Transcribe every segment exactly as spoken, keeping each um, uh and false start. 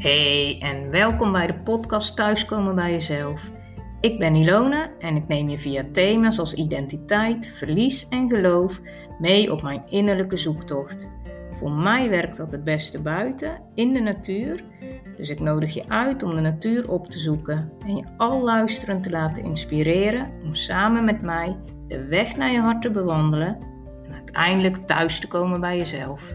Hey en welkom bij de podcast Thuiskomen bij Jezelf. Ik ben Ilona en ik neem je via thema's als identiteit, verlies en geloof mee op mijn innerlijke zoektocht. Voor mij werkt dat het beste buiten, in de natuur. Dus ik nodig je uit om de natuur op te zoeken en je al luisterend te laten inspireren om samen met mij de weg naar je hart te bewandelen en uiteindelijk thuis te komen bij jezelf.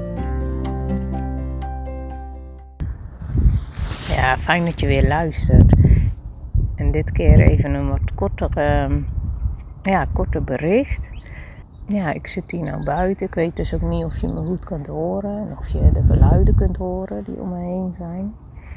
Ja, fijn dat je weer luistert. En dit keer even een wat korter, uh, ja, korter bericht. Ja, ik zit hier nou buiten. Ik weet dus ook niet of je me goed kunt horen. En of je de geluiden kunt horen die om me heen zijn.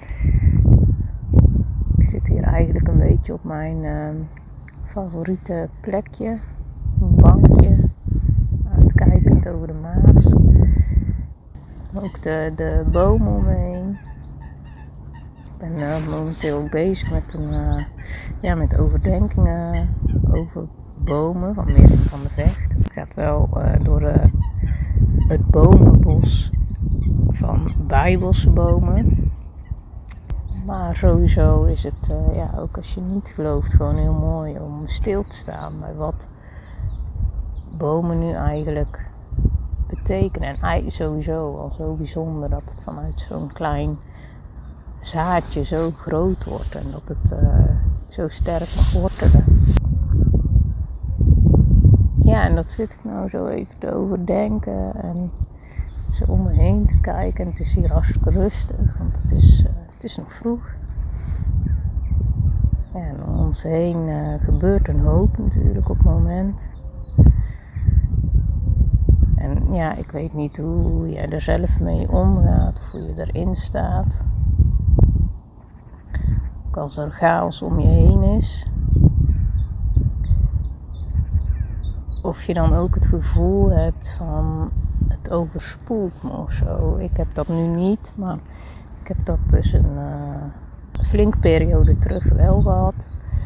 Ik zit hier eigenlijk een beetje op mijn uh, favoriete plekje. Een bankje. Uitkijkend over de Maas. Ook de, de bomen om me heen. Ik ben uh, momenteel ook bezig met, een, uh, ja, met overdenkingen over bomen van Mirjam van der Vecht. Ik ga wel uh, door uh, het bomenbos van Bijbelse bomen. Maar sowieso is het, uh, ja, ook als je niet gelooft, gewoon heel mooi om stil te staan bij wat bomen nu eigenlijk betekenen. En sowieso al zo bijzonder dat het vanuit zo'n klein zaadje zo groot wordt en dat het uh, zo sterk mag wortelen. Ja, en dat zit ik nou zo even te overdenken en zo om me heen te kijken. En het is hier hartstikke rustig, want het is, uh, het is nog vroeg. Ja, en om ons heen uh, gebeurt een hoop natuurlijk op het moment. En ja, ik weet niet hoe jij er zelf mee omgaat of hoe je erin staat. Ook als er chaos om je heen is. Of je dan ook het gevoel hebt van het overspoelt me of zo. Ik heb dat nu niet, maar ik heb dat dus een uh, flinke periode terug wel gehad.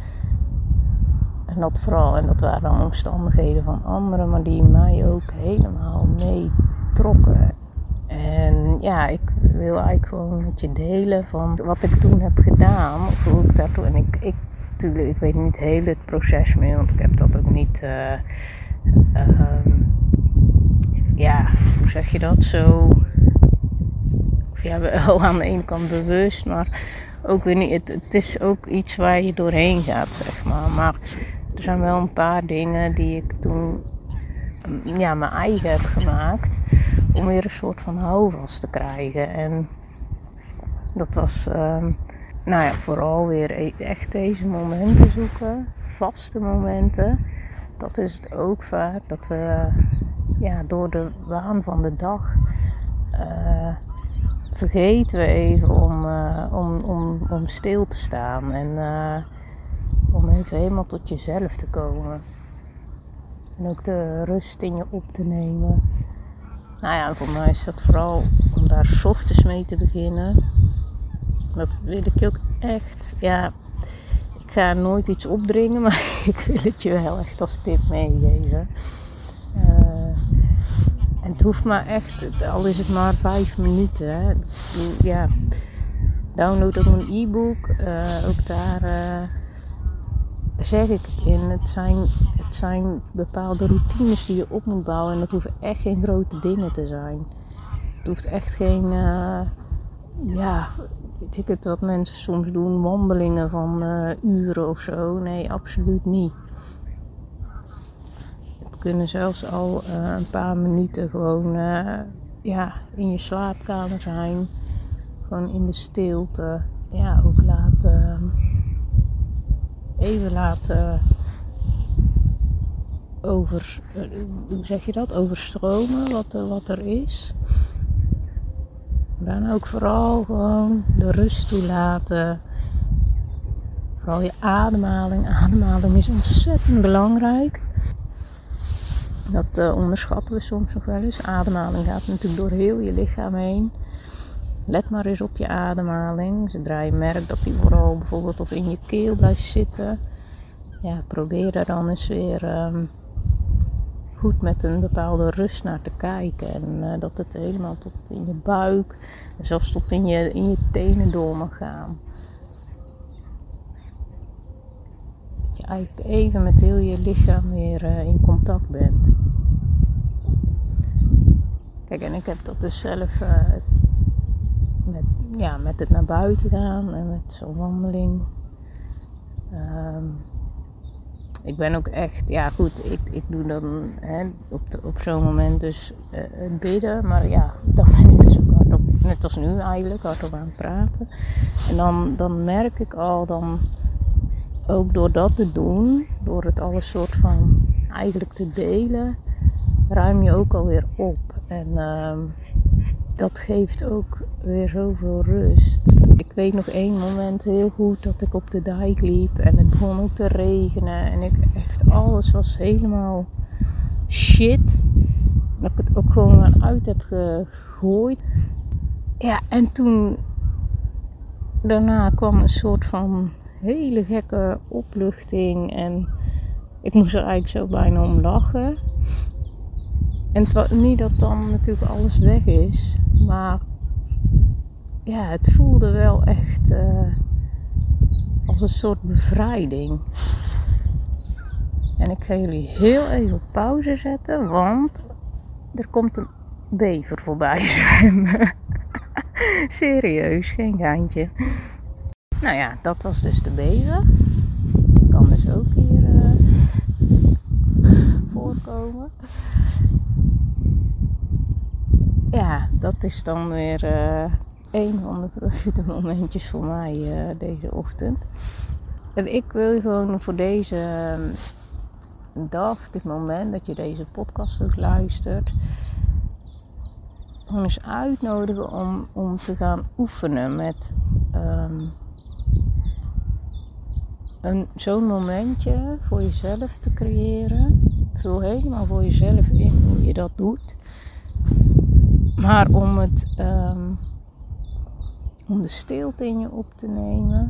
En dat vooral, en dat waren dan omstandigheden van anderen, maar die mij ook helemaal meetrokken. En ja, ik wil eigenlijk gewoon met je delen van wat ik toen heb gedaan. Of hoe ik daartoe. En ik, ik, natuurlijk, ik weet niet heel het proces meer, want ik heb dat ook niet. Uh, uh, ja, hoe zeg je dat zo? Of ja, wel aan de ene kant bewust, maar ook weer niet. Het, het is ook iets waar je doorheen gaat, zeg maar. Maar er zijn wel een paar dingen die ik toen, ja, mijn eigen heb gemaakt. Om weer een soort van houvast te krijgen. En dat was, um, nou ja, vooral weer echt deze momenten zoeken. Vaste momenten. Dat is het ook vaak. Dat we, ja, door de waan van de dag uh, vergeten we even om, uh, om, om, om stil te staan. En uh, om even helemaal tot jezelf te komen. En ook de rust in je op te nemen. Nou ja, voor mij is dat vooral om daar 's ochtends mee te beginnen. Dat wil ik ook echt. Ja, ik ga nooit iets opdringen, maar ik wil het je wel echt als tip meegeven. Uh, en het hoeft maar echt, al is het maar vijf minuten. Hè. Ja, download ook een e-book. Uh, ook daar uh, zeg ik het in. Het zijn, het zijn bepaalde routines die je op moet bouwen. En dat hoeven echt geen grote dingen te zijn. Het hoeft echt geen, uh, ja, weet ik het wat mensen soms doen, wandelingen van uh, uren of zo. Nee, absoluut niet. Het kunnen zelfs al uh, een paar minuten gewoon uh, ja, in je slaapkamer zijn. Gewoon in de stilte. Ja, ook laten, even laten over, hoe zeg je dat, overstromen wat, wat er is. Dan ook vooral gewoon de rust toelaten. Vooral je ademhaling. Ademhaling is ontzettend belangrijk. Dat uh, onderschatten we soms nog wel eens. Ademhaling gaat natuurlijk door heel je lichaam heen. Let maar eens op je ademhaling. Zodra je merkt dat die vooral bijvoorbeeld op in je keel blijft zitten. Ja, probeer daar dan eens weer um, goed met een bepaalde rust naar te kijken. En uh, dat het helemaal tot in je buik, en zelfs tot in je, in je tenen door mag gaan. Dat je eigenlijk even met heel je lichaam weer uh, in contact bent. Kijk, en ik heb dat dus zelf uh, met, ja, met het naar buiten gaan en met zo'n wandeling. Um, ik ben ook echt, ja goed, ik, ik doe dan hè, op, de, op zo'n moment dus uh, het bidden. Maar ja, dan ben ik dus ook hardop, net als nu eigenlijk, hardop aan het praten. En dan, dan merk ik al, dan ook door dat te doen, door het alles soort van eigenlijk te delen, ruim je ook alweer op. En uh, dat geeft ook weer zoveel rust. Ik weet nog één moment heel goed dat ik op de dijk liep en het begon ook te regenen. En ik echt, alles was helemaal shit. Dat ik het ook gewoon maar uit heb gegooid. Ja, en toen, daarna kwam een soort van hele gekke opluchting. En ik moest er eigenlijk zo bijna om lachen. En het was niet dat dan natuurlijk alles weg is, maar ja, het voelde wel echt uh, als een soort bevrijding. En ik ga jullie heel even op pauze zetten, want er komt een bever voorbij zwemmen. Serieus, geen geintje. Nou ja, dat was dus de bever. Dat kan dus ook hier uh, voorkomen. Ja, dat is dan weer uh, een van de vreugdemomentjes voor mij uh, deze ochtend. En ik wil je gewoon voor deze uh, dag, dit moment dat je deze podcast ook luistert, gewoon eens uitnodigen om, om te gaan oefenen met um, een, zo'n momentje voor jezelf te creëren. Vul helemaal voor jezelf in hoe je dat doet. Maar om het, um, om de stilte in je op te nemen,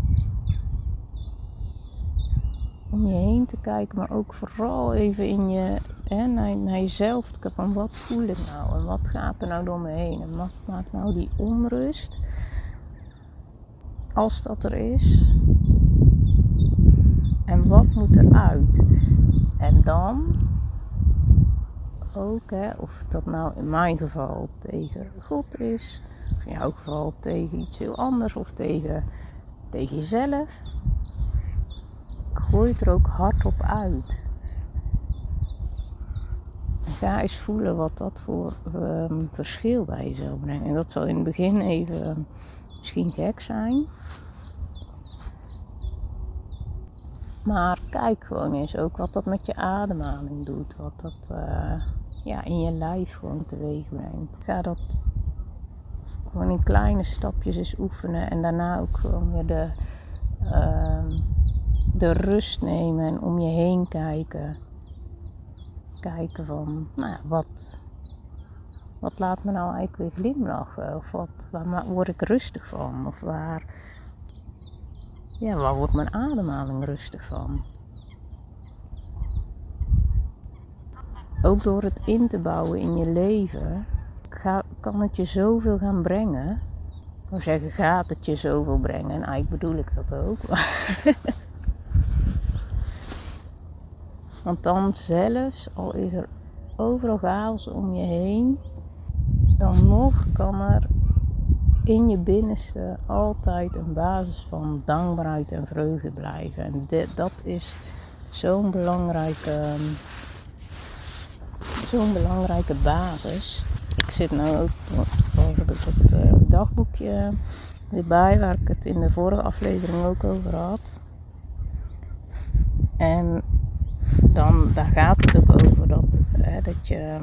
om je heen te kijken, maar ook vooral even in je, hè, naar, naar jezelf te kijken, van wat voel ik nou en wat gaat er nou door me heen en wat maakt nou die onrust, als dat er is, en wat moet eruit. En dan ook, hè, of dat nou in mijn geval tegen God is, of in jouw geval tegen iets heel anders, of tegen, tegen jezelf. Gooi het er ook hardop uit. En ga eens voelen wat dat voor um, verschil bij jezelf brengt. En dat zal in het begin even um, misschien gek zijn. Maar kijk gewoon eens ook wat dat met je ademhaling doet. Wat dat uh, ja, in je lijf gewoon teweeg brengt. Ga dat gewoon in kleine stapjes eens oefenen. En daarna ook gewoon weer de, uh, de rust nemen en om je heen kijken. Kijken van, nou ja, wat, wat laat me nou eigenlijk weer glimlachen? Of wat, waar word ik rustig van? Of waar, ja, waar wordt mijn ademhaling rustig van? Ook door het in te bouwen in je leven, ga, kan het je zoveel gaan brengen. Ik wil zeggen, gaat het je zoveel brengen? En eigenlijk bedoel ik dat ook. Want dan zelfs, al is er overal chaos om je heen, dan nog kan er in je binnenste altijd een basis van dankbaarheid en vreugde blijven. En dit, dat is zo'n belangrijke, zo'n belangrijke basis. Ik zit nu ook, toevallig heb ik het uh, dagboekje erbij, waar ik het in de vorige aflevering ook over had. En dan, daar gaat het ook over dat, hè, dat je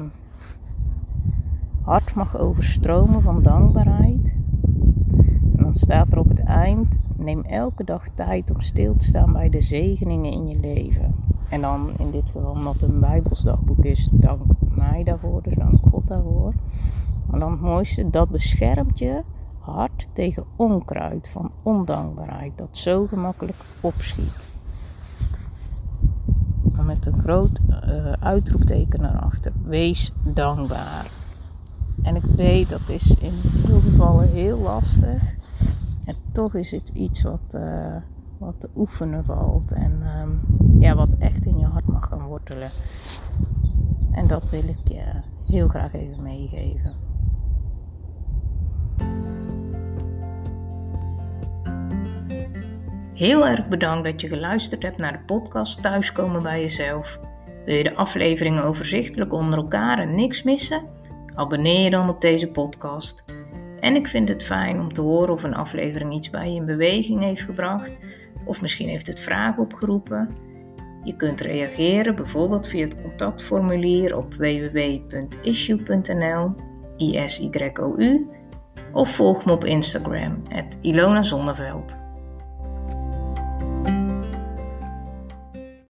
hart mag overstromen van dankbaarheid. En dan staat er op het eind, neem elke dag tijd om stil te staan bij de zegeningen in je leven. En dan in dit geval, omdat het een Bijbels dagboek is, dank mij daarvoor, dus dank God daarvoor. Maar dan het mooiste, dat beschermt je hart tegen onkruid van ondankbaarheid, dat zo gemakkelijk opschiet. met een groot uh, uitroepteken erachter. Wees dankbaar. En ik weet, dat is in veel gevallen heel lastig. En toch is het iets wat, uh, wat te oefenen valt. En um, ja, wat echt in je hart mag gaan wortelen. En dat wil ik je heel graag even meegeven. Heel erg bedankt dat je geluisterd hebt naar de podcast Thuiskomen bij Jezelf. Wil je de afleveringen overzichtelijk onder elkaar en niks missen? Abonneer je dan op deze podcast. En ik vind het fijn om te horen of een aflevering iets bij je in beweging heeft gebracht. Of misschien heeft het vragen opgeroepen. Je kunt reageren bijvoorbeeld via het contactformulier op w w w punt issue punt n l, I S Y O U, of volg me op Instagram, at Ilona Zonneveld.